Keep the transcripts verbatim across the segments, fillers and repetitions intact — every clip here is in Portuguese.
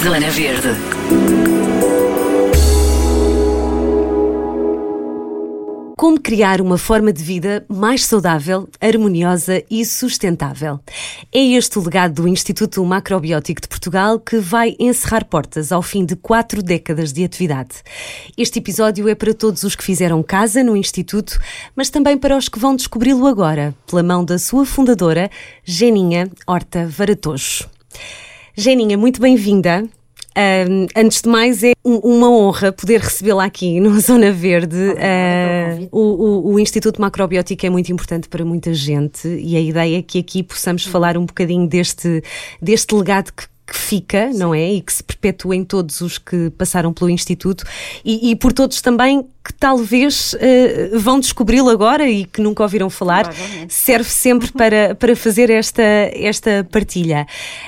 Zona Verde. Como criar uma forma de vida mais saudável, harmoniosa e sustentável? É este o legado do Instituto Macrobiótico de Portugal, que vai encerrar portas ao fim de quatro décadas de atividade. Este episódio é para todos os que fizeram casa no Instituto, mas também para os que vão descobri-lo agora, pela mão da sua fundadora, Geninha Horta Varatojo. Geninha, muito bem-vinda. Um, antes de mais, é um, uma honra poder recebê-la aqui no Zona Verde. Uh, o, o, o Instituto Macrobiótico é muito importante para muita gente e a ideia é que aqui possamos falar um bocadinho deste, deste legado que, que fica, Sim. não é? E que se perpetua em todos os que passaram pelo Instituto e, e por todos também que talvez uh, vão descobri-lo agora e que nunca ouviram falar. Serve sempre para, para fazer esta, esta partilha.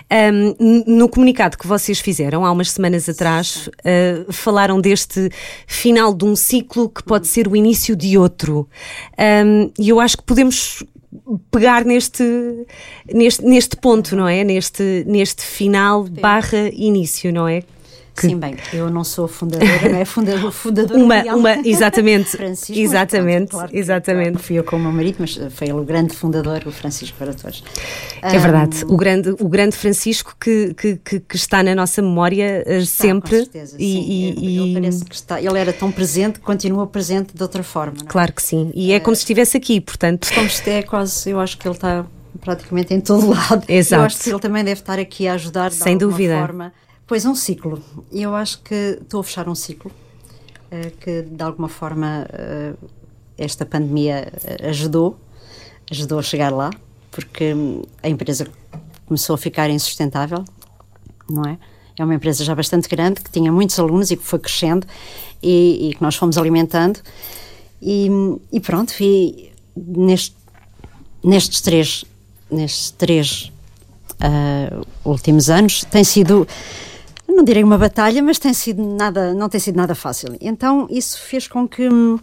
Um, no comunicado que vocês fizeram há umas semanas atrás, uh, falaram deste final de um ciclo que pode ser o início de outro. Um, e eu acho que podemos pegar neste, neste, neste ponto, não é? Neste, neste final barra início, não é? Que... Sim, bem, eu não sou fundadora, não é fundadora, fundadora uma, uma, exatamente, Francisco, exatamente, pronto, claro, exatamente. Claro, fui eu com o meu marido, mas foi ele o grande fundador, o Francisco Varatojo. É um, verdade, o grande, o grande Francisco que, que, que, que está na nossa memória está, sempre. Com certeza, e, sim. E, ele, ele, parece que está, ele era tão presente que continua presente de outra forma. Não é? Claro que sim, e é como se estivesse aqui, portanto. Como se é quase, eu acho que ele está praticamente em todo lado. Exato. Eu acho que ele também deve estar aqui a ajudar de Sem alguma dúvida. forma. Pois é um ciclo, e eu acho que estou a fechar um ciclo, uh, que de alguma forma uh, esta pandemia ajudou, ajudou a chegar lá, porque a empresa começou a ficar insustentável, não é? É uma empresa já bastante grande, que tinha muitos alunos e que foi crescendo e, e que nós fomos alimentando, e, e pronto, e neste, nestes três, nestes três uh, últimos anos tem sido... não direi uma batalha, mas tem sido nada, não tem sido nada fácil. Então isso fez com que uh,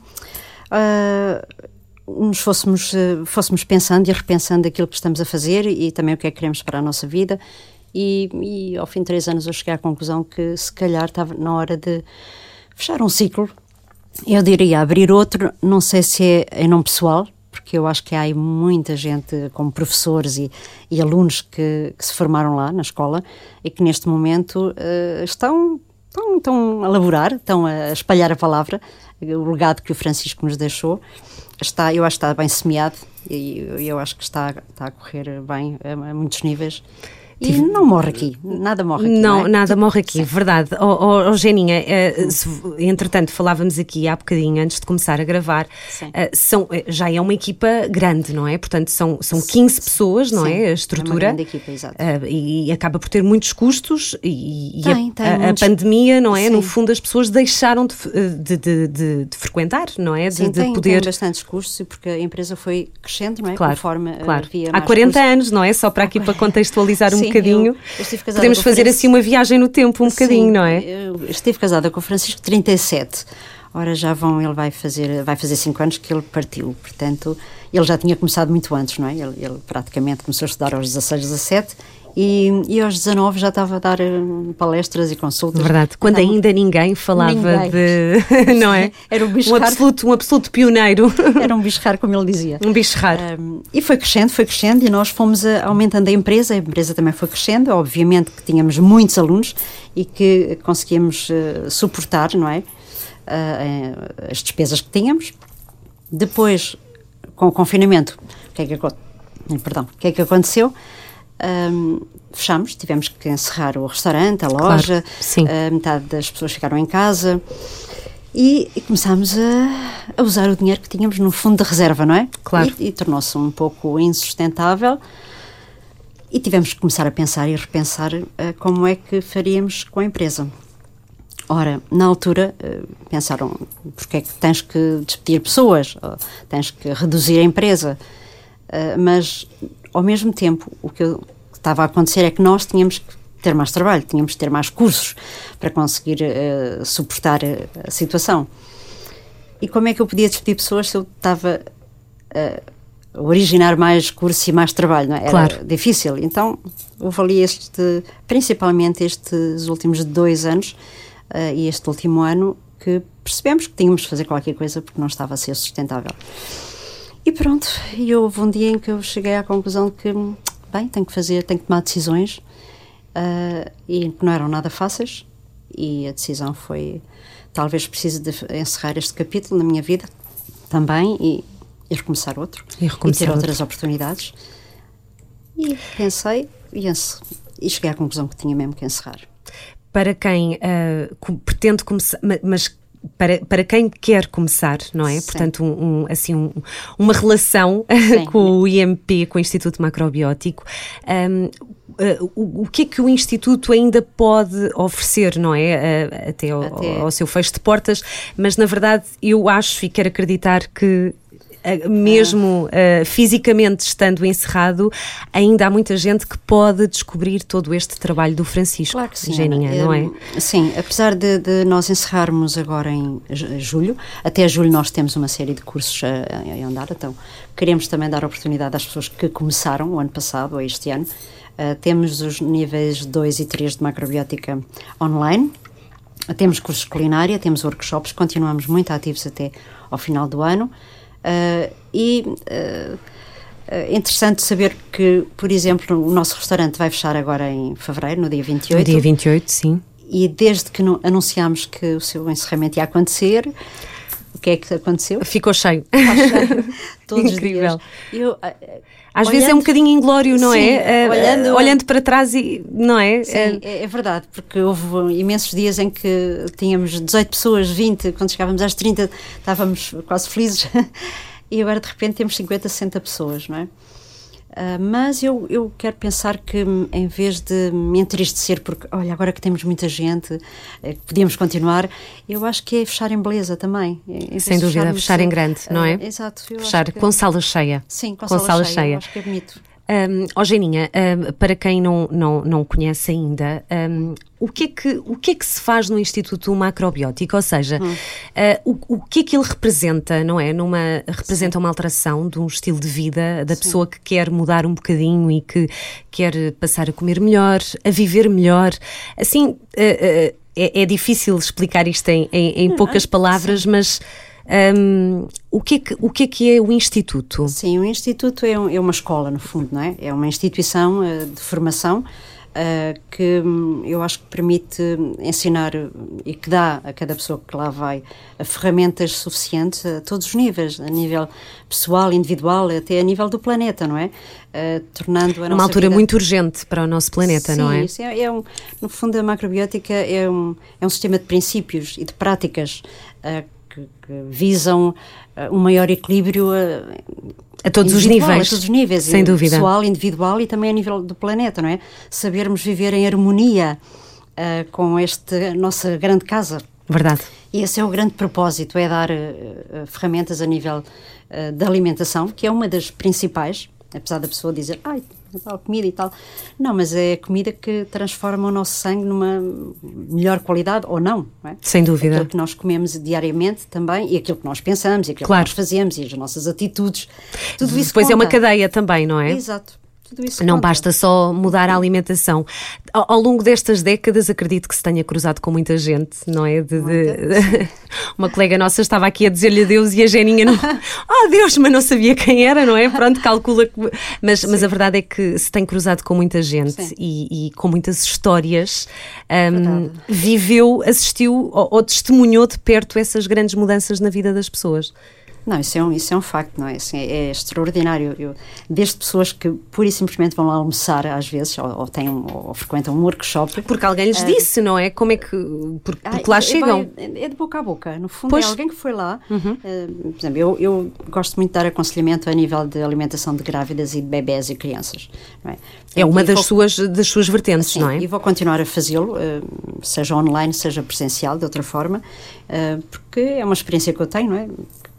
nos fôssemos, uh, fôssemos pensando e repensando aquilo que estamos a fazer e também o que é que queremos para a nossa vida. E, e ao fim de três anos eu cheguei à conclusão que se calhar estava na hora de fechar um ciclo. Eu diria abrir outro, não sei se é em nome pessoal, porque eu acho que há aí muita gente, como professores e, e alunos que, que se formaram lá na escola e que neste momento uh, estão, estão, estão a laborar, estão a espalhar a palavra, o legado que o Francisco nos deixou. Está, eu acho que está bem semeado e eu, eu acho que está, está a correr bem a, a muitos níveis. E não morre aqui, nada morre aqui. Não, não é? nada morre aqui, Sim. verdade. Oh, oh, oh Geninha, uh, se, entretanto falávamos aqui há bocadinho, antes de começar a gravar, uh, são, já é uma equipa grande, não é? Portanto, são, são quinze pessoas, não Sim, é? A estrutura. É uma grande equipa, exato. Uh, e, e acaba por ter muitos custos e, e tem, a, tem a, muitos... a pandemia, não é? Sim. No fundo, as pessoas deixaram de, de, de, de, de frequentar, não é? De, Sim, de tem, poder... tem bastantes custos porque a empresa foi crescendo, não é? Claro, Conforme claro. havia Há mais quarenta custos. anos, não é? Só para aqui para contextualizar um Sim, bocadinho. Eu, eu Podemos fazer assim uma viagem no tempo um Sim, bocadinho, não é? Eu estive casada com o Francisco trinta e sete. Ora, já vão, ele vai fazer, vai fazer cinco anos que ele partiu, portanto, ele já tinha começado muito antes, não é? Ele, ele praticamente começou a estudar aos dezasseis, dezassete e, e aos dezanove já estava a dar uh, palestras e consultas. Verdade, quando então, ainda ninguém falava ninguém. de... não é? Era um bicho um raro. absoluto, um absoluto pioneiro. Era um bicho raro, como ele dizia. Um bicho raro. Um, e foi crescendo, foi crescendo e nós fomos uh, aumentando a empresa, a empresa também foi crescendo, obviamente que tínhamos muitos alunos e que conseguíamos uh, suportar, não é? Uh, as despesas que tínhamos. Depois, com o confinamento, o que é que, perdão, o que, é que aconteceu? Um, fechamos, tivemos que encerrar o restaurante, a loja, claro, uh, metade das pessoas ficaram em casa e, e começámos a, a usar o dinheiro que tínhamos no fundo de reserva, não é? Claro. E, e tornou-se um pouco insustentável e tivemos que começar a pensar e repensar uh, como é que faríamos com a empresa. Ora, na altura, uh, pensaram, porque é que tens que despedir pessoas, ou tens que reduzir a empresa, uh, mas ao mesmo tempo o que estava a acontecer é que nós tínhamos que ter mais trabalho, tínhamos que ter mais cursos para conseguir uh, suportar a, a situação. E como é que eu podia despedir pessoas se eu estava uh, a originar mais cursos e mais trabalho, não é? Era claro. difícil, então houve ali este, principalmente estes últimos dois anos uh, e este último ano, que percebemos que tínhamos de fazer qualquer coisa porque não estava a ser sustentável. E pronto, e houve um dia em que eu cheguei à conclusão de que, bem, tenho que fazer, tenho que tomar decisões, uh, e que não eram nada fáceis, e a decisão foi, talvez precise de encerrar este capítulo na minha vida também, e, e recomeçar outro, e, recomeçar e ter outro. outras oportunidades. E pensei, e, e cheguei à conclusão que tinha mesmo que encerrar. Para quem uh, com, pretende começar, mas para, para quem quer começar, não é? Sim. Portanto, um, um, assim, um, uma relação com o I M P, com o Instituto Macrobiótico, um, uh, o, o que é que o Instituto ainda pode oferecer, não é? Uh, até, ao, até ao seu fecho de portas, mas na verdade eu acho e quero acreditar que mesmo uh, fisicamente estando encerrado, ainda há muita gente que pode descobrir todo este trabalho do Francisco. Claro que sim, Geninha, Ana, não é? Sim, apesar de, de nós encerrarmos agora em julho, até julho nós temos uma série de cursos a, a andar, então queremos também dar oportunidade às pessoas que começaram o ano passado ou este ano. Uh, temos os níveis dois e três de macrobiótica online, temos cursos de culinária, temos workshops, continuamos muito ativos até ao final do ano. Uh, e uh, é interessante saber que, por exemplo, o nosso restaurante vai fechar agora em fevereiro, no dia vinte e oito. No dia vinte e oito, sim. E desde que no, anunciámos que o seu encerramento ia acontecer, o que é que aconteceu? Ficou cheio. Está cheio. Todos Incrível. os dias. Eu, uh, Às olhando, vezes é um bocadinho inglório, não sim, é? Uh, olhando, olhando para trás, e, não é? Sim, uh, é, é verdade, porque houve imensos dias em que tínhamos dezoito pessoas, vinte, quando chegávamos às trinta estávamos quase felizes, e agora de repente temos cinquenta, sessenta pessoas, não é? Uh, mas eu, eu quero pensar que, em vez de me entristecer porque, olha, agora que temos muita gente, eh, podíamos continuar, eu acho que é fechar em beleza também. Sem dúvida, fechar em grande, não é? Uh, exato. Fechar que, com sala cheia. Sim, com, com sala, sala cheia. cheia. Eu acho que é bonito. Um, oh, Geninha, um, para quem não, não, não conhece ainda, um, o, que é que, o que é que se faz no Instituto Macrobiótico? Ou seja, hum. uh, o, o que é que ele representa, não é? Numa, representa Sim. uma alteração de um estilo de vida da Sim. pessoa que quer mudar um bocadinho e que quer passar a comer melhor, a viver melhor. Assim, uh, uh, é, é difícil explicar isto em, em, em poucas palavras, Sim. mas... Um, o, que é que, o que é que é o Instituto? Sim, o Instituto é, um, é uma escola, no fundo, não é? É uma instituição uh, de formação uh, que um, eu acho que permite ensinar e que dá a cada pessoa que lá vai ferramentas suficientes a todos os níveis, a nível pessoal, individual, até a nível do planeta, não é? Uh, tornando a nossa uma altura vida... muito urgente para o nosso planeta, Sim, não é? Sim, é, é um, no fundo a macrobiótica é um, é um sistema de princípios e de práticas uh, Que, que visam uh, um maior equilíbrio uh, a todos os níveis, a todos os níveis, sem dúvida, pessoal, individual e também a nível do planeta, não é? Sabermos viver em harmonia uh, com esta nossa grande casa. Verdade. E esse é o grande propósito, é dar uh, uh, ferramentas a nível uh, da alimentação, que é uma das principais, apesar da pessoa dizer, ai, tal comida e tal. Não, mas é comida que transforma o nosso sangue numa melhor qualidade ou não, não é? Sem dúvida. Aquilo que nós comemos diariamente também e aquilo que nós pensamos e aquilo claro. que nós fazemos e as nossas atitudes. Tudo isso Depois conta. É uma cadeia também, não é? Exato. Tudo isso não conta. Basta só mudar a alimentação. Ao, ao longo destas décadas, acredito que se tenha cruzado com muita gente, não é? De, de, de... Uma colega nossa estava aqui a dizer-lhe adeus e a Geninha não... Oh, Deus, mas não sabia quem era, não é? Pronto, calcula que... Mas, mas a verdade é que se tem cruzado com muita gente e, e com muitas histórias. Um, viveu, assistiu ou, ou testemunhou de perto essas grandes mudanças na vida das pessoas. Não, isso é um, isso é um facto, não é? Assim, é, é extraordinário. Eu, desde pessoas que pura e simplesmente vão lá almoçar às vezes, ou, ou, têm um, ou frequentam um workshop. Porque alguém lhes uh, disse, não é? Como é que... Porque, porque lá é, chegam. É, é de boca a boca. No fundo, pois. É alguém que foi lá. Uhum. Uh, por exemplo, eu, eu gosto muito de dar aconselhamento a nível de alimentação de grávidas e de bebés e crianças. Não é? É uma das, vou, suas, das suas vertentes, sim, não é? E vou continuar a fazê-lo, uh, seja online, seja presencial, de outra forma, uh, porque é uma experiência que eu tenho, não é?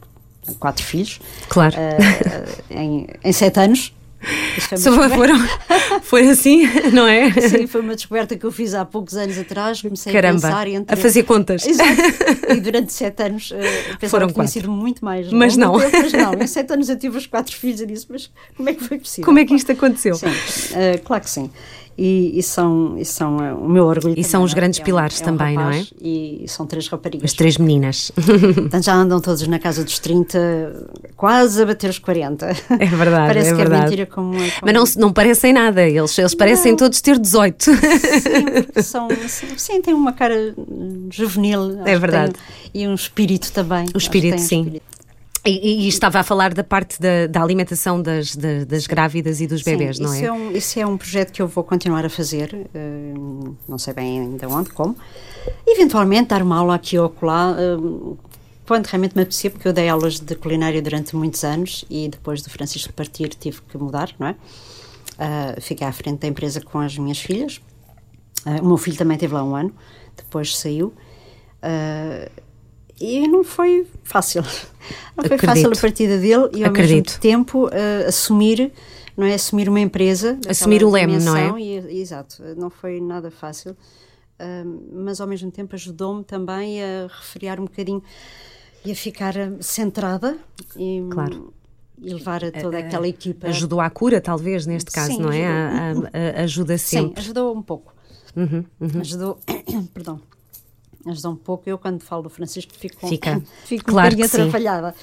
Quatro filhos. Claro. Uh, em, em sete anos. Foi, foram, foi assim, não é? Sim, foi uma descoberta que eu fiz há poucos anos atrás. Comecei Caramba, a pensar entre... a fazer contas. Exato. E durante sete anos uh, pensava foram que tinha sido muito mais. Mas não. Tempo, mas não. Em sete anos eu tive os quatro filhos e disse, mas como é que foi possível? Como é que isto aconteceu? Sim, uh, claro que sim. e, e, são, e são uh, o meu orgulho. E também, são os grandes é um, pilares é um também, rapaz, não é? E são três raparigas. As três meninas. Portanto, já andam todos na casa dos trinta, quase a bater os quarenta. É verdade, Parece é que verdade. é mentira como... como... Mas não, não parecem nada, eles, eles parecem todos ter dezoito. Sim, porque são, sim, têm uma cara juvenil. É verdade. Tem, e um espírito também. O espírito, um sim. espírito. E, e estava a falar da parte da, da alimentação das, das, das grávidas e dos bebés, Sim, não isso é? é um, isso é um projeto que eu vou continuar a fazer, uh, não sei bem ainda onde, como. Eventualmente dar uma aula aqui ou acolá, uh, quando realmente me apetecia, porque eu dei aulas de culinária durante muitos anos e depois do Francisco partir tive que mudar, não é? Uh, fiquei à frente da empresa com as minhas filhas. Uh, o meu filho também esteve lá um ano, depois saiu. Uh, E não foi fácil. Não foi Acredito. fácil a partida dele e ao Acredito. mesmo tempo uh, assumir, não é? Assumir uma empresa. Assumir o leme, não é? E, exato, não foi nada fácil. Uh, mas ao mesmo tempo ajudou-me também a refriar um bocadinho e a ficar centrada e, Claro. e levar a toda aquela equipa. Ajudou à cura, talvez, neste caso, Sim, não é? ajudou. A, a, a ajuda sempre. Sim, ajudou um pouco. Uhum, uhum. Ajudou, perdão. Ajudou um pouco. Eu, quando falo do Francisco, fico, Fica. fico Claro um bocadinho que sim. atrapalhada.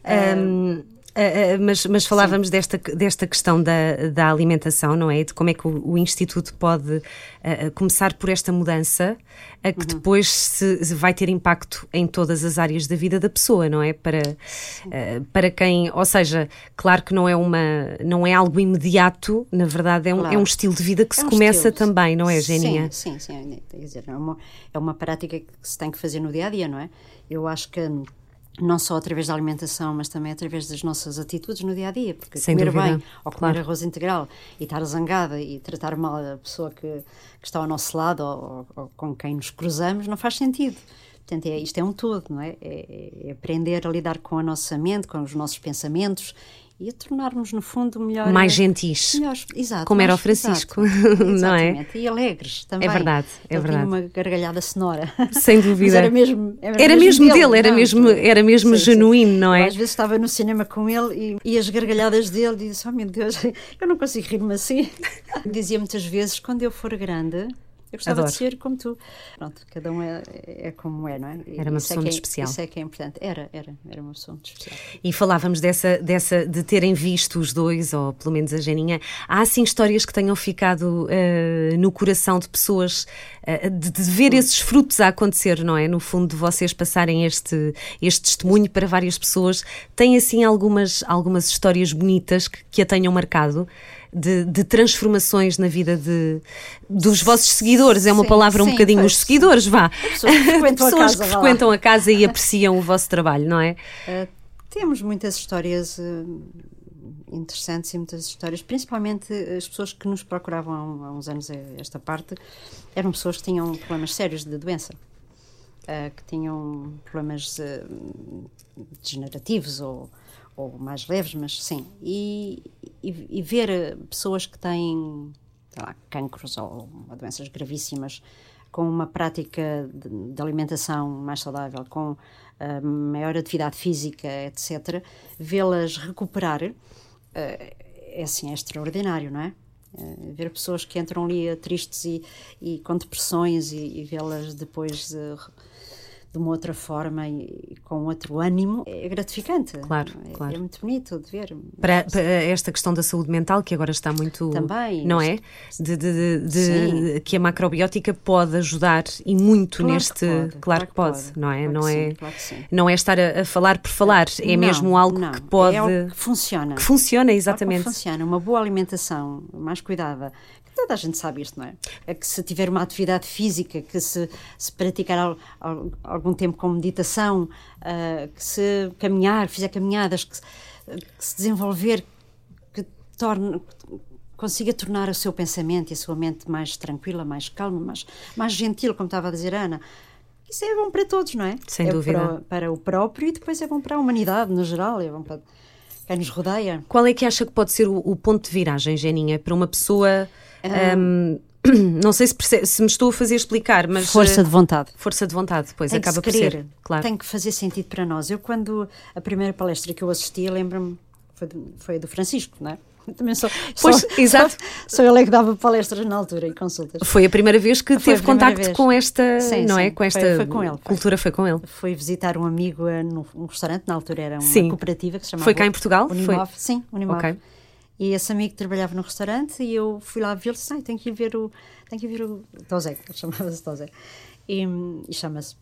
Um, Uh, uh, mas, mas falávamos desta, desta questão da, da alimentação, não é? De como é que o, o Instituto pode uh, começar por esta mudança, a que uhum. depois se, se vai ter impacto em todas as áreas da vida da pessoa, não é? Para, uh, para quem, ou seja, claro que não é, uma, não é algo imediato, na verdade é um, claro. é um estilo de vida que é se um começa estilo. também, não é, Geninha? Sim, sim, sim. Quer dizer, é uma, é uma prática que se tem que fazer no dia a dia, não é? Eu acho que não só através da alimentação, mas também através das nossas atitudes no dia-a-dia, porque Sem comer dúvida. bem, ou comer claro. arroz integral, e estar zangada e tratar mal a pessoa que, que está ao nosso lado, ou, ou com quem nos cruzamos, não faz sentido. Portanto, é, isto é um todo, não é? É, é aprender a lidar com a nossa mente, com os nossos pensamentos, e a tornarmos, no fundo, melhor... Mais gentis. Melhores, exato. Como mais, era o Francisco, exato, não é? Exatamente. E alegres também. É verdade, é Ele verdade. tinha uma gargalhada sonora. Sem dúvida. Mas era mesmo Era, era mesmo mesmo dele, dele, era não, mesmo, era mesmo sim, genuíno, sim. não é? Eu, às vezes estava no cinema com ele e, e as gargalhadas dele, e disse, oh meu Deus, eu não consigo rir-me assim. Dizia muitas vezes, quando eu for grande... Eu gostava Adoro. de ser como tu. Pronto, cada um é, é como é, não é? Era uma isso pessoa é muito é, especial. Isso é que é importante. Era, era, era uma pessoa muito especial. E falávamos dessa, dessa, de terem visto os dois, ou pelo menos a Geninha. Há assim histórias que tenham ficado uh, no coração de pessoas, uh, de, de ver hum. esses frutos a acontecer, não é? No fundo, de vocês passarem este, este testemunho para várias pessoas. Tem assim algumas, algumas histórias bonitas que, que a tenham marcado? De, de transformações na vida de, dos vossos seguidores, é uma sim, palavra um sim, bocadinho pois, os seguidores, sim. vá. Pessoas que frequentam, pessoas a, casa, que frequentam a casa e apreciam o vosso trabalho, não é? Uh, temos muitas histórias uh, interessantes e muitas histórias, principalmente as pessoas que nos procuravam há, há uns anos esta parte, eram pessoas que tinham problemas sérios de doença, uh, que tinham problemas uh, degenerativos ou ou mais leves, mas sim, e, e, e ver pessoas que têm, sei lá, cancros ou doenças gravíssimas, com uma prática de, de alimentação mais saudável, com uh, maior atividade física, etcétera, vê-las recuperar, uh, é assim, é extraordinário, não é? Uh, ver pessoas que entram ali tristes e, e com depressões e, e vê-las depois de, de uma outra forma e, e com outro ânimo, é gratificante. Claro, é, claro. É muito bonito de ver. Para, para esta questão da saúde mental, que agora está muito... Também. Não é? De, de, de, de que a macrobiótica pode ajudar e muito claro neste... Que pode, claro, claro que pode, pode, não é? Claro não, é sim, claro que sim. não é estar a, a falar por falar, é não, mesmo algo não, que pode... É algo que funciona. Que funciona, exatamente. É algo que funciona. Uma boa alimentação, mais cuidada. Toda a gente sabe isto, não é? É que se tiver uma atividade física, que se, se praticar al, al, algum tempo com meditação, uh, que se caminhar, fizer caminhadas, que, que se desenvolver, que torne, consiga tornar o seu pensamento e a sua mente mais tranquila, mais calma, mais, mais gentil, como estava a dizer a Ana. Isso é bom para todos, não é? Sem é dúvida. Para, para o próprio e depois é bom para a humanidade, no geral, é bom para quem nos rodeia. Qual é que acha que pode ser o, o ponto de viragem, Geninha, para uma pessoa... Um, não sei se, percebe, se me estou a fazer explicar, mas... Força de vontade. Força de vontade, depois tem acaba que por querer, ser. Claro. Tem que fazer sentido para nós. Eu, quando a primeira palestra que eu assisti, lembro-me, foi do, foi do Francisco, não é? Também sou, pois, sou, exato. Sou, sou eu que dava palestras na altura e consultas. Foi a primeira vez que foi teve contacto vez. com esta, sim, não sim, é? Com esta foi, foi com ele, cultura, foi com ele. Foi visitar um amigo uh, num restaurante, na altura era uma sim. cooperativa que se chamava... Foi cá em Portugal? Unimov, foi? Sim, Unimov. Okay. E esse amigo trabalhava no restaurante e eu fui lá vê-lo e disse, ah, tenho que ir ver o... Tenho que ir ver o Tosé, ele chamava-se Tosé. E, e chama-se.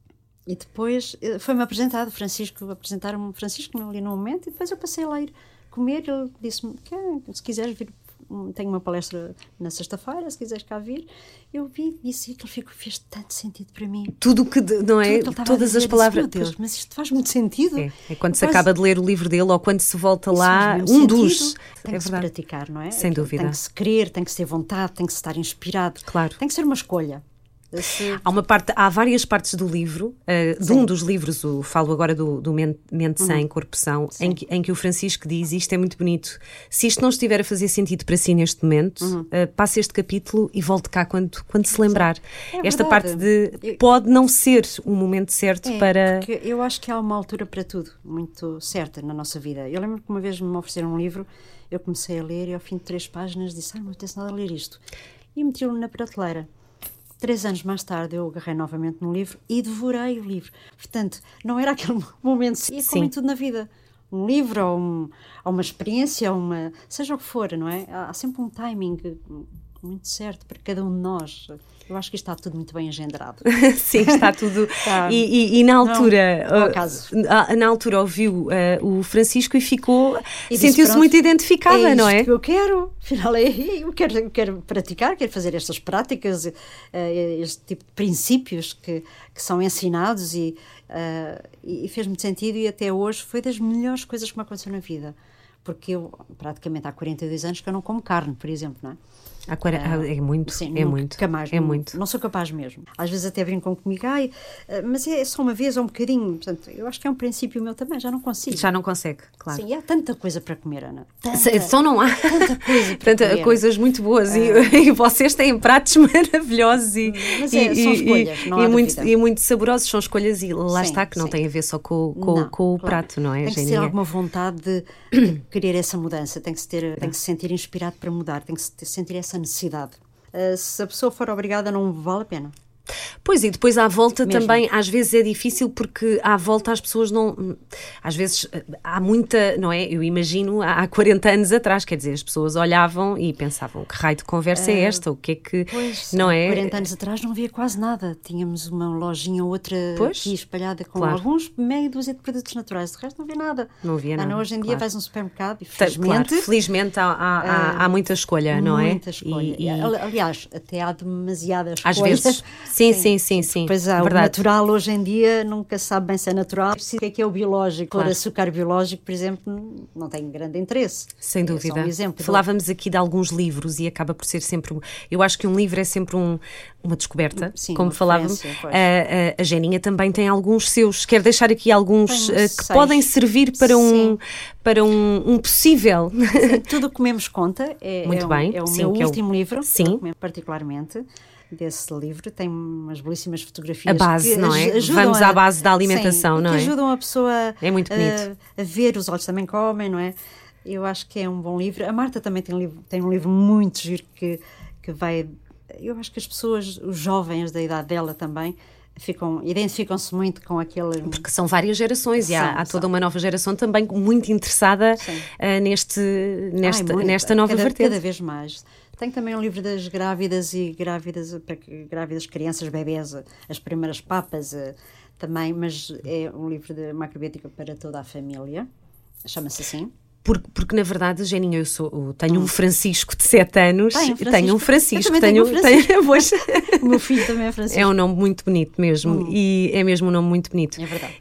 E depois foi-me apresentado, Francisco, apresentaram-me Francisco ali no momento, e depois eu passei lá a ir comer. Ele disse-me, se quiseres vir, tenho uma palestra na sexta-feira, se quiseres cá vir. Eu vi e disse que ele fez tanto sentido para mim. Tudo que, não é? Tudo que Todas dizer, as palavras. disse, meu Deus, mas isto faz muito sentido. É, é quando eu se quase... acaba de ler o livro dele ou quando se volta Isso lá, um sentido. dos. Tem é que se verdade. praticar, não é? Sem dúvida. Tem que se querer, tem que se ter vontade, tem que se estar inspirado. Claro. Tem que ser uma escolha. Esse... Há, uma parte, há várias partes do livro, uh, de um dos livros, o, falo agora do, do Mente, Mente Sem, uhum. Corpo São, em que, em que o Francisco diz, isto é muito bonito, se isto não estiver a fazer sentido para si neste momento, uhum. uh, passe este capítulo e volte cá quando, quando se lembrar. É Esta verdade. parte de, pode não ser o momento certo é, para... Porque eu acho que há uma altura para tudo, muito certa na nossa vida. Eu lembro que uma vez me ofereceram um livro, eu comecei a ler e ao fim de três páginas disse, ah, não tenho nada a ler isto. E meti-o na prateleira. Três anos mais tarde eu agarrei novamente no livro e devorei o livro. Portanto, não era aquele momento, e como em tudo na vida. Um livro ou, um, ou uma experiência, ou uma, seja o que for, não é? Há sempre um timing muito certo para cada um de nós. Eu acho que isto está tudo muito bem engendrado. Sim, está tudo. Tá. E, e, e na altura, não, não uh, caso. na altura ouviu uh, o Francisco e ficou, e sentiu-se muito identificada, é não é? É isto que eu quero, afinal é, eu quero, eu quero praticar, quero fazer estas práticas, uh, este tipo de princípios que, que são ensinados e, uh, e fez muito sentido e até hoje foi das melhores coisas que me aconteceu na vida. Porque eu, praticamente há quarenta e dois anos que eu não como carne, por exemplo, não é? Há quarenta, uh, é muito, sim, é muito, mais, é não, muito. Não sou capaz mesmo. Às vezes até brincam comigo, ai, mas é só uma vez ou um bocadinho. Portanto, eu acho que é um princípio meu também, já não consigo. Já não consegue, claro. Sim, e há tanta coisa para comer, Ana. Tanta, Só não há. Tanta coisa para Tanta, comer. Coisas muito boas uh, e, e vocês têm pratos maravilhosos e, mas é, e, são escolhas, e, não há e, muito, dúvida. e muito saborosos, são escolhas e lá sim, está, que não sim. tem a ver só com, com, não, com o claro. prato, não é? Tem que ter alguma vontade de, de querer essa mudança, tem que se, ter, tem que se sentir inspirado para mudar, tem que se ter, sentir essa necessidade. Uh, se a pessoa for obrigada, não vale a pena. Pois, e depois à volta Mesmo. também, às vezes é difícil porque à volta as pessoas não... Às vezes há muita, não é? Eu imagino há quarenta anos atrás, quer dizer, as pessoas olhavam e pensavam que raio de conversa é esta? O que é que... Pois, não há é? quarenta anos atrás não havia quase nada. Tínhamos uma lojinha ou outra pois, aqui espalhada com claro. alguns meia dúzia de produtos naturais. De resto não havia nada. Não havia nada. Ana, hoje em dia claro. vais a um supermercado e felizmente... Claro, felizmente há, há, há, há muita escolha, não é? Muita escolha. E, e... Aliás, até há demasiada escolha. Às vezes. Sim, sim, sim. sim. Pois há, verdade. O natural hoje em dia nunca se sabe bem se é natural. O que é que é o biológico? Claro. O açúcar biológico, por exemplo, não tem grande interesse. Sem dúvida. É só um exemplo. Falávamos aqui de alguns livros e acaba por ser sempre... Eu acho que um livro é sempre um, uma descoberta, sim, como uma falávamos. A, a, a Geninha também tem alguns seus. Quero deixar aqui alguns uh, que seis. podem servir para um, para um, um possível... Sim, tudo o que comemos conta. É, Muito é bem. Um, é o sim, meu último eu... livro, sim. particularmente. Desse livro, tem umas belíssimas fotografias. A base, que não é? Ajudam Vamos a, à base da alimentação, sim, não que é? ajudam a pessoa é muito bonito. A, a ver, os olhos também comem, não é? Eu acho que é um bom livro. A Marta também tem um livro, tem um livro muito giro que, que vai... Eu acho que as pessoas, os jovens da idade dela também, ficam, identificam-se muito com aquele... Porque são várias gerações são, e há, há toda são. uma nova geração também muito interessada uh, neste, nesta, Ai, nesta nova cada, vertente. Cada vez mais. Tenho também um livro das grávidas e grávidas, para grávidas crianças, bebés, as primeiras papas também, mas é um livro de macrobiótica para toda a família, chama-se assim. Porque, porque, na verdade, Geninha, eu sou, tenho hum. um Francisco de sete anos. Tem, Francisco. Tenho um Francisco. Eu tenho, tenho um Francisco. Tenho, pois, o meu filho também é Francisco. É um nome muito bonito mesmo. Hum. E é mesmo um nome muito bonito. É verdade.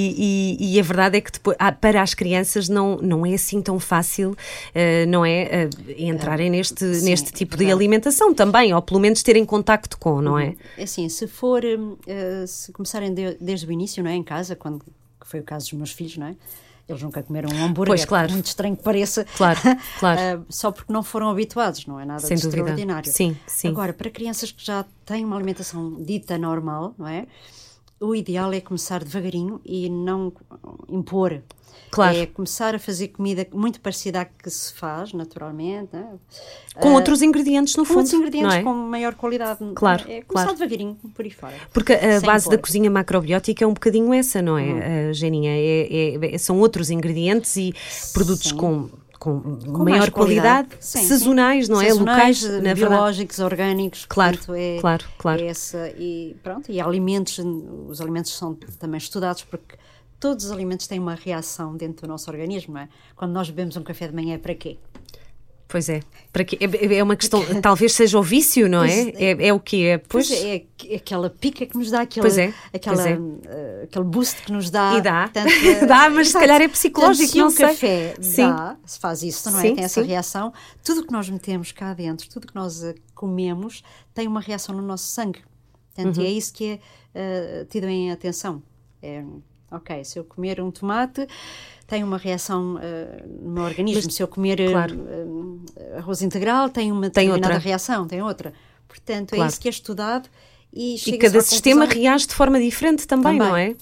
E, e, e a verdade é que depois, ah, para as crianças não, não é assim tão fácil, uh, não é? Uh, entrarem neste, Sim, neste tipo é de alimentação também, ou pelo menos terem contacto com, não é? É assim, se for, uh, se começarem de, desde o início, não é? Em casa, quando que foi o caso dos meus filhos, não é? Eles nunca comeram um hambúrguer, pois, claro. muito estranho que pareça, claro, claro. uh, só porque não foram habituados, não é nada Sem de dúvida. extraordinário. Sim, sim. Agora, para crianças que já têm uma alimentação dita normal, não é? o ideal é começar devagarinho e não impor. Claro. É começar a fazer comida muito parecida à que se faz, naturalmente. Né? Com uh, outros ingredientes, no com fundo. outros ingredientes, não é? com maior qualidade. Claro, É começar claro. devagarinho, por aí fora. Porque a Sem base impor. da cozinha macrobiótica é um bocadinho essa, não é, Uhum. uh, Geninha? É, é, é, são outros ingredientes e produtos Sim. com, com, Com maior mais qualidade, Sim, sazonais, sim. não é? Sazonais, Locais, na biológicos, orgânicos. Claro, portanto, é, claro, claro. É essa, e pronto, e alimentos, os alimentos são também estudados porque todos os alimentos têm uma reação dentro do nosso organismo, não é? Quando nós bebemos um café de manhã, é para quê? Pois é, para quê? É, é uma questão, talvez seja o vício, não é? É, é o que é? Pois, pois é, é aquela pica que nos dá, aquela, pois é, aquela, pois é. Uh, aquele boost que nos dá. E dá, portanto, dá, mas se calhar é psicológico, portanto, se não um sei. café sim. dá, se faz isso, não é? Sim, tem essa sim. reação, tudo o que nós metemos cá dentro, tudo o que nós uh, comemos, tem uma reação no nosso sangue. Portanto, uhum. é isso que é uh, tido em atenção. É, ok, se eu comer um tomate, tem uma reação uh, no meu organismo. Mas, se eu comer claro. uh, uh, arroz integral, tem uma tem determinada outra. reação, tem outra. Portanto, claro. é isso que é estudado. E, e cada sistema conclusão... reage de forma diferente também, também. não é?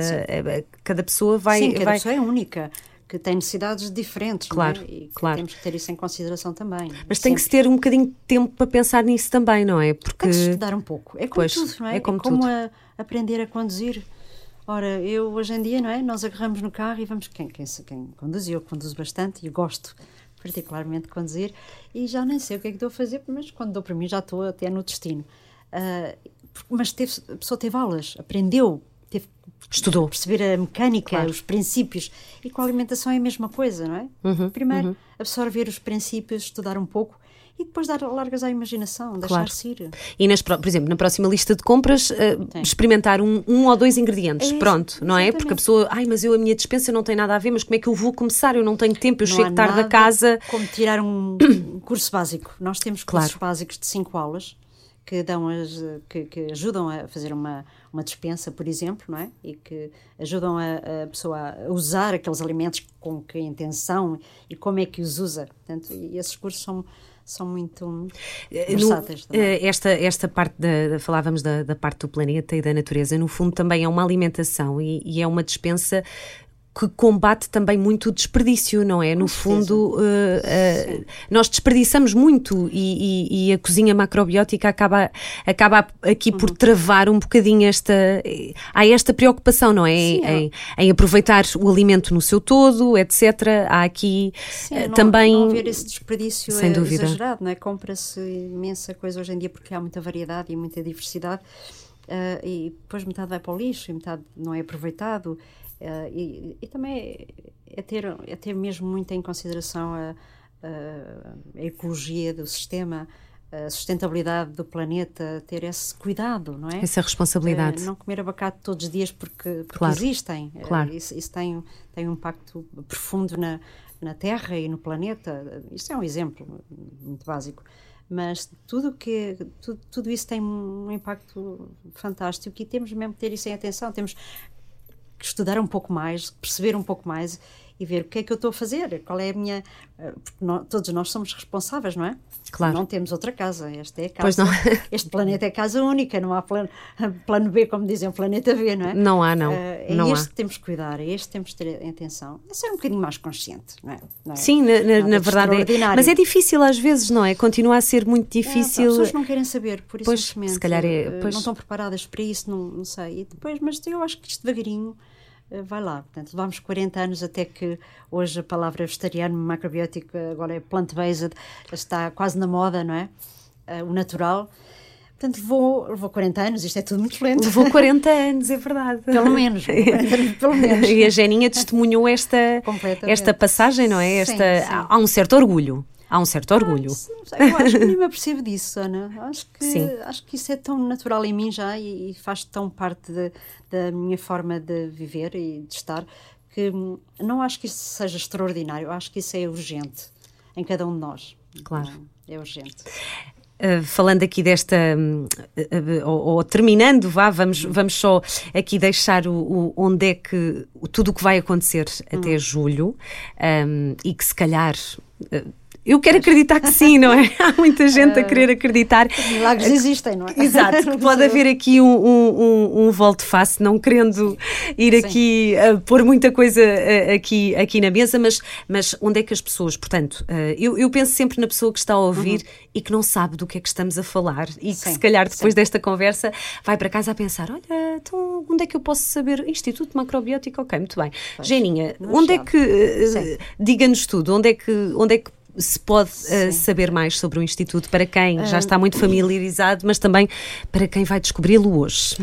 Uh, cada pessoa vai... Sim, cada vai... pessoa é única, que tem necessidades diferentes, claro, não é? E claro. temos que ter isso em consideração também. Mas tem que se ter um bocadinho de tempo para pensar nisso também, não é? Porque... Tem que estudar um pouco. É como pois, tudo, não é? É como, é como tudo. A, aprender a conduzir. Ora, eu hoje em dia, não é? Nós agarramos no carro e vamos... Quem, quem, quem conduz, eu conduzo bastante e gosto particularmente de conduzir e já nem sei o que é que estou a fazer, mas quando dou para mim já estou até no destino. Uh, mas teve, a pessoa teve aulas, aprendeu, teve estudou, perceber a mecânica, claro. Os princípios, e com a alimentação é a mesma coisa, não é? Uhum, Primeiro uhum. absorver os princípios, estudar um pouco e depois dar largas à imaginação, deixar-se claro. ir. E, nas, por exemplo, na próxima lista de compras, uh, experimentar um, um ou dois ingredientes, é, pronto, não exatamente. é? Porque a pessoa, ai, mas eu a minha despensa não tem nada a ver, mas como é que eu vou começar? Eu não tenho tempo, eu não chego tarde a casa. Como tirar um curso básico. Nós temos cursos claro. básicos de cinco aulas que, dão as, que, que ajudam a fazer uma, uma despensa, por exemplo, não é? E que ajudam a, a pessoa a usar aqueles alimentos com que intenção e como é que os usa. Portanto, e esses cursos são... são muito versáteis no, esta, esta parte, da, falávamos da, da parte do planeta e da natureza, no fundo também é uma alimentação e, e é uma despensa que combate também muito o desperdício, não é? No fundo, uh, uh, nós desperdiçamos muito e, e, e a cozinha macrobiótica acaba, acaba aqui por uhum. travar um bocadinho esta... Há esta preocupação, não é? Sim, em, em aproveitar o alimento no seu todo, etcétera. Há aqui Sim, uh, não, também... não haver esse desperdício sem é dúvida. Exagerado, não é? Compra-se imensa coisa hoje em dia porque há muita variedade e muita diversidade uh, e depois metade vai para o lixo e metade não é aproveitado. Uh, e, e também é ter, é ter mesmo muito em consideração a, a, a ecologia do sistema, a sustentabilidade do planeta, ter esse cuidado, não é? Essa responsabilidade. Uh, não comer abacate todos os dias porque, porque claro. existem. Claro. Uh, isso isso tem, tem um impacto profundo na, na Terra e no planeta. Isto é um exemplo muito básico. Mas tudo, que, tudo, tudo isso tem um impacto fantástico e temos mesmo que ter isso em atenção. Temos estudar um pouco mais, perceber um pouco mais e ver o que é que eu estou a fazer, qual é a minha... Porque nós, todos nós somos responsáveis, não é? Claro. Não temos outra casa, esta é a casa. Pois não. Este planeta é casa única, não há plano, plano B, como dizem, planeta B, não é? Não há, não. Uh, é não este há. que temos que cuidar, é este que temos que ter atenção. É ser um bocadinho mais consciente, não é? Não é? Sim, na, na, na verdade é. Mas é difícil às vezes, não é? Continua a ser muito difícil. É, as pessoas não querem saber, por isso pois, simplesmente se calhar é, pois... não estão preparadas para isso, não, não sei. E depois, mas eu acho que isto devagarinho vai lá, portanto, levámos quarenta anos até que hoje a palavra vegetariano, macrobiótico, agora é plant-based, está quase na moda, não é? Uh, o natural. Portanto, levou, levou quarenta anos, isto é tudo muito lento. Levou quarenta anos, é verdade. Pelo menos, pelo menos. E a Geninha testemunhou esta, esta passagem, não é? Esta, sim, sim. Há, há um certo orgulho. Há um certo orgulho. Ah, eu acho que nem me apercebo disso, Ana. Acho que, acho que isso é tão natural em mim já e, e faz tão parte de, da minha forma de viver e de estar que não acho que isso seja extraordinário. Acho que isso é urgente em cada um de nós. Claro. É urgente. Uh, falando aqui desta, uh, uh, ou, ou terminando, vá, vamos, vamos só aqui deixar o, o, onde é que, tudo o que vai acontecer hum. até julho um, e que se calhar... Uh, Eu quero acreditar que sim, não é? Há muita gente a querer acreditar. Os milagres existem, não é? Exato, pode haver aqui um, um, um, um volte-face, não querendo ir sim. aqui uh, pôr muita coisa uh, aqui, aqui na mesa, mas, mas onde é que as pessoas, portanto, uh, eu, eu penso sempre na pessoa que está a ouvir uhum. e que não sabe do que é que estamos a falar e sim, que se calhar depois sim. desta conversa vai para casa a pensar, olha, então onde é que eu posso saber? Instituto Macrobiótico, ok, muito bem. Pois, Geninha, onde é que, uh, diga-nos tudo, onde é que, onde é que se pode uh, saber mais sobre o Instituto, para quem uh, já está muito familiarizado, mas também para quem vai descobri-lo hoje?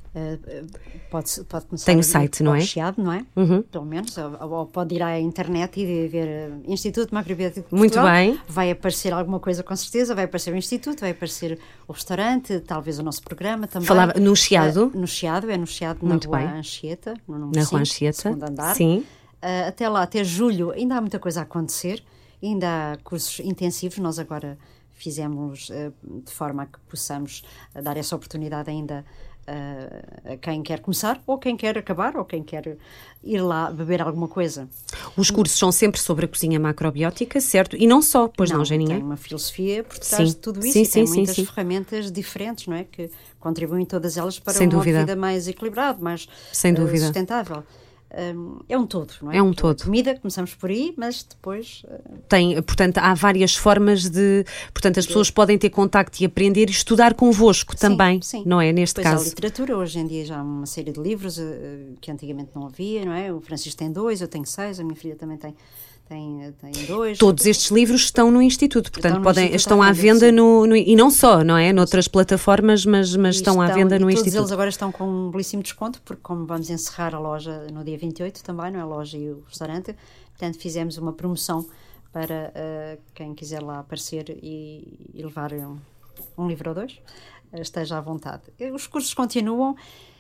Uh, pode, pode começar Tem o site, não é? Chiado, não é? Uhum. Pelo menos, ou, ou pode ir à internet e ver uh, Instituto Macrobiótico de Muito Portugal. Bem. Vai aparecer alguma coisa com certeza, vai aparecer o Instituto, vai aparecer o restaurante, talvez o nosso programa também. Falava no Chiado? Uh, no Chiado, é no Chiado, muito na bem. Rua Anchieta, no número na cinco, Rua Anchieta, segundo andar. Sim. Uh, até lá, até julho, ainda há muita coisa a acontecer. Ainda há cursos intensivos, nós agora fizemos uh, de forma a que possamos uh, dar essa oportunidade ainda uh, a quem quer começar, ou quem quer acabar, ou quem quer ir lá beber alguma coisa. Os cursos são sempre sobre a cozinha macrobiótica, certo? E não só, pois não, não Geninha? Tem uma filosofia por trás sim. de tudo isso sim, e tem sim, muitas sim, ferramentas diferentes, não é? Que contribuem todas elas para Sem uma dúvida. vida mais equilibrada, mais Sem dúvida. Uh, sustentável. Um, é um todo, não é? É um todo. Comida, começamos por aí, mas depois... Uh... Tem, portanto, há várias formas de... Portanto, as pessoas podem ter contacto e aprender e estudar convosco sim, também, sim. não é? Neste depois caso. Há literatura, hoje em dia já há uma série de livros uh, que antigamente não havia, não é? O Francisco tem dois, eu tenho seis, a minha filha também tem... Tem, tem dois. Todos estes livros estão no Instituto, portanto, estão, podem, instituto estão à venda, no, no, e não só, não é? Noutras plataformas, mas, mas estão, estão à venda no todos Instituto. Todos eles agora estão com um belíssimo desconto, porque como vamos encerrar a loja no dia vinte e oito também, não é? A loja e o restaurante, portanto fizemos uma promoção para uh, quem quiser lá aparecer e, e levar um, um livro ou dois, uh, esteja à vontade. Os cursos continuam.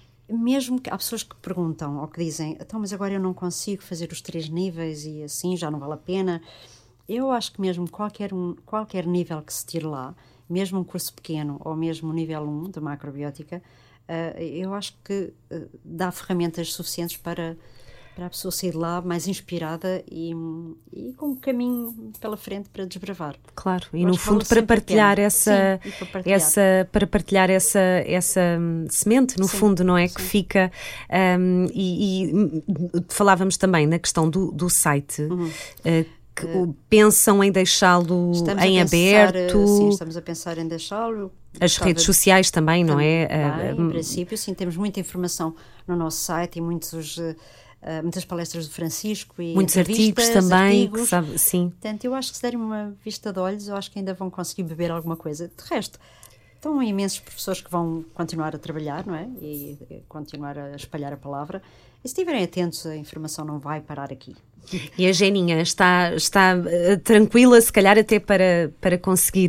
Mesmo que há pessoas que perguntam ou que dizem, então, mas agora eu não consigo fazer os três níveis e assim já não vale a pena. Eu acho que mesmo qualquer, um, qualquer nível que se tire lá, mesmo um curso pequeno ou mesmo o nível um de macrobiótica, uh, eu acho que uh, dá ferramentas suficientes para, para a pessoa sair de lá mais inspirada e, e com um caminho pela frente para desbravar. Claro, e no fundo para partilhar essa, Sim, para partilhar. essa para partilhar essa, essa um, semente, no Sim, fundo, não é? sim. Que fica um, e, e falávamos também na questão do, do site, uhum. uh, que uh, pensam em deixá-lo em pensar, aberto. Sim, estamos a pensar em deixá-lo. As redes sociais também, não também, é? Bem, em princípio, sim, temos muita informação no nosso site e muitos... Uh, Uh, muitas palestras do Francisco e muitos artigos também, artigos. Que sabe, sim. Portanto, eu acho que se derem uma vista de olhos, eu acho que ainda vão conseguir beber alguma coisa. De resto, estão imensos professores que vão continuar a trabalhar, não é? E, e continuar a espalhar a palavra. E se estiverem atentos, a informação não vai parar aqui. E a Geninha está, está uh, tranquila, se calhar até para, para conseguir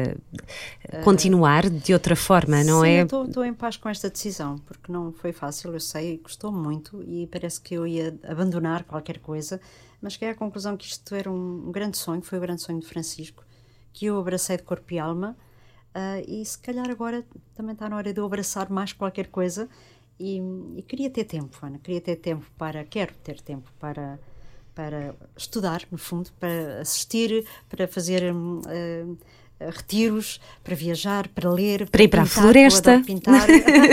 uh, continuar de outra forma, não sim, é? Sim, estou em paz com esta decisão, porque não foi fácil, eu sei, custou muito e parece que eu ia abandonar qualquer coisa, mas cheguei à conclusão que isto era um, um grande sonho, foi o grande sonho de Francisco, que eu abracei de corpo e alma, uh, e se calhar agora também está na hora de eu abraçar mais qualquer coisa e, e queria ter tempo, Ana, queria ter tempo para, quero ter tempo para... para estudar, no fundo, para assistir, para fazer uh, uh, retiros, para viajar, para ler, para, para ir para pintar, a floresta, pintar.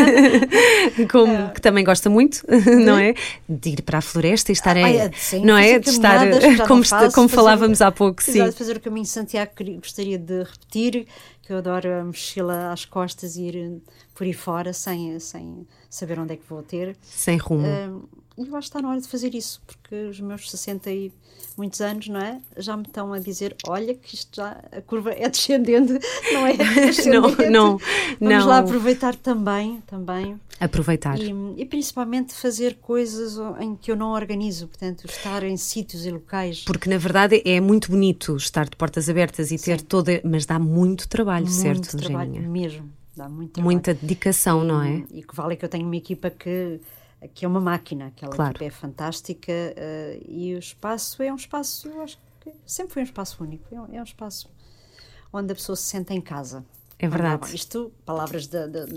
Como uh, que também gosta muito, não é? De ir para a floresta e estar, ah, é, sim, não é? De estar, como, faço, como falávamos fazer, há pouco, sim. De fazer o caminho de Santiago, que gostaria de repetir, que eu adoro a mochila às costas e ir por aí fora, sem, sem saber onde é que vou ter. Sem rumo. Uh, E eu acho que está na hora de fazer isso, porque os meus sessenta e muitos anos, não é? Já me estão a dizer, olha que isto já, a curva é descendente, não é descendente. não, não, Vamos não. lá aproveitar também, também. Aproveitar. E, e principalmente fazer coisas em que eu não organizo, portanto, estar em sítios e locais. Porque na verdade é muito bonito estar de portas abertas e ter Sim. toda, mas dá muito trabalho, muito certo, Muito trabalho Geninha? mesmo, dá muito trabalho. Muita dedicação, e, não é? E que vale que eu tenho uma equipa que... que é uma máquina, aquela claro. equipa é fantástica uh, e o espaço é um espaço, eu acho que sempre foi um espaço único, é um, é um espaço onde a pessoa se sente em casa. É verdade. Isto, palavras de, de, de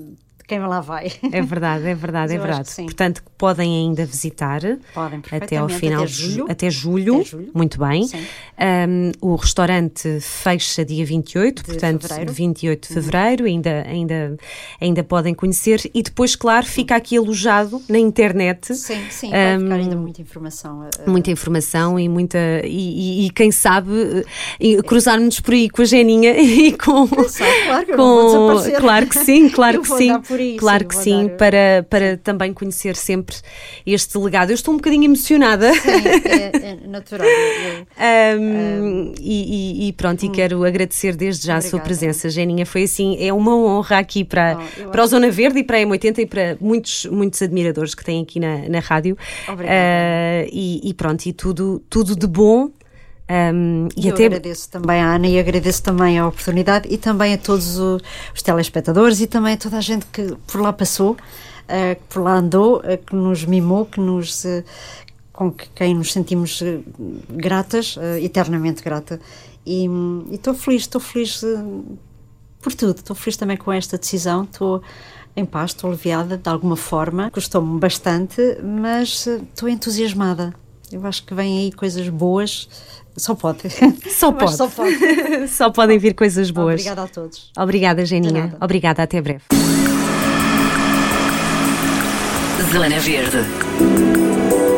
quem lá vai. É verdade, é verdade, é verdade. Portanto, podem ainda visitar podem, até ao final, até julho. Até julho, até julho. Muito bem. Um, o restaurante fecha dia vinte e oito, de portanto, fevereiro. vinte e oito de fevereiro, uhum. ainda, ainda, ainda podem conhecer. E depois, claro, fica aqui alojado na internet. Sim, sim, vai um, ficar ainda muita informação. Uh, muita informação e muita. E, e, e quem sabe uh, cruzarmos por aí com a Geninha e com. Sabe, claro que eu com, não vou desaparecer. Claro que sim, claro que sim. Isso, claro que sim, dar... para, para também conhecer sempre este legado. Eu estou um bocadinho emocionada. Sim, é, é natural. Eu, um, um, e, e pronto, hum, e quero agradecer desde já obrigada. A sua presença, Geninha. Foi assim, é uma honra aqui para, oh, para o Zona Verde e para a M oitenta e para muitos, muitos admiradores que têm aqui na, na rádio. Obrigada. Uh, e, e pronto, e tudo, tudo de bom. Um, e eu até... agradeço também à Ana e agradeço também a oportunidade e também a todos o, os telespectadores e também a toda a gente que por lá passou, uh, que por lá andou, uh, que nos mimou, que nos, uh, com que, quem nos sentimos uh, gratas, uh, eternamente grata. E estou feliz, estou feliz uh, por tudo, estou feliz também com esta decisão, estou em paz, estou aliviada de alguma forma, custou-me bastante, mas estou uh, entusiasmada. Eu acho que vêm aí coisas boas. Só pode. Só pode. Só pode. Só podem vir coisas boas. Obrigada a todos. Obrigada, Geninha. Obrigada, até breve. Zona Verde.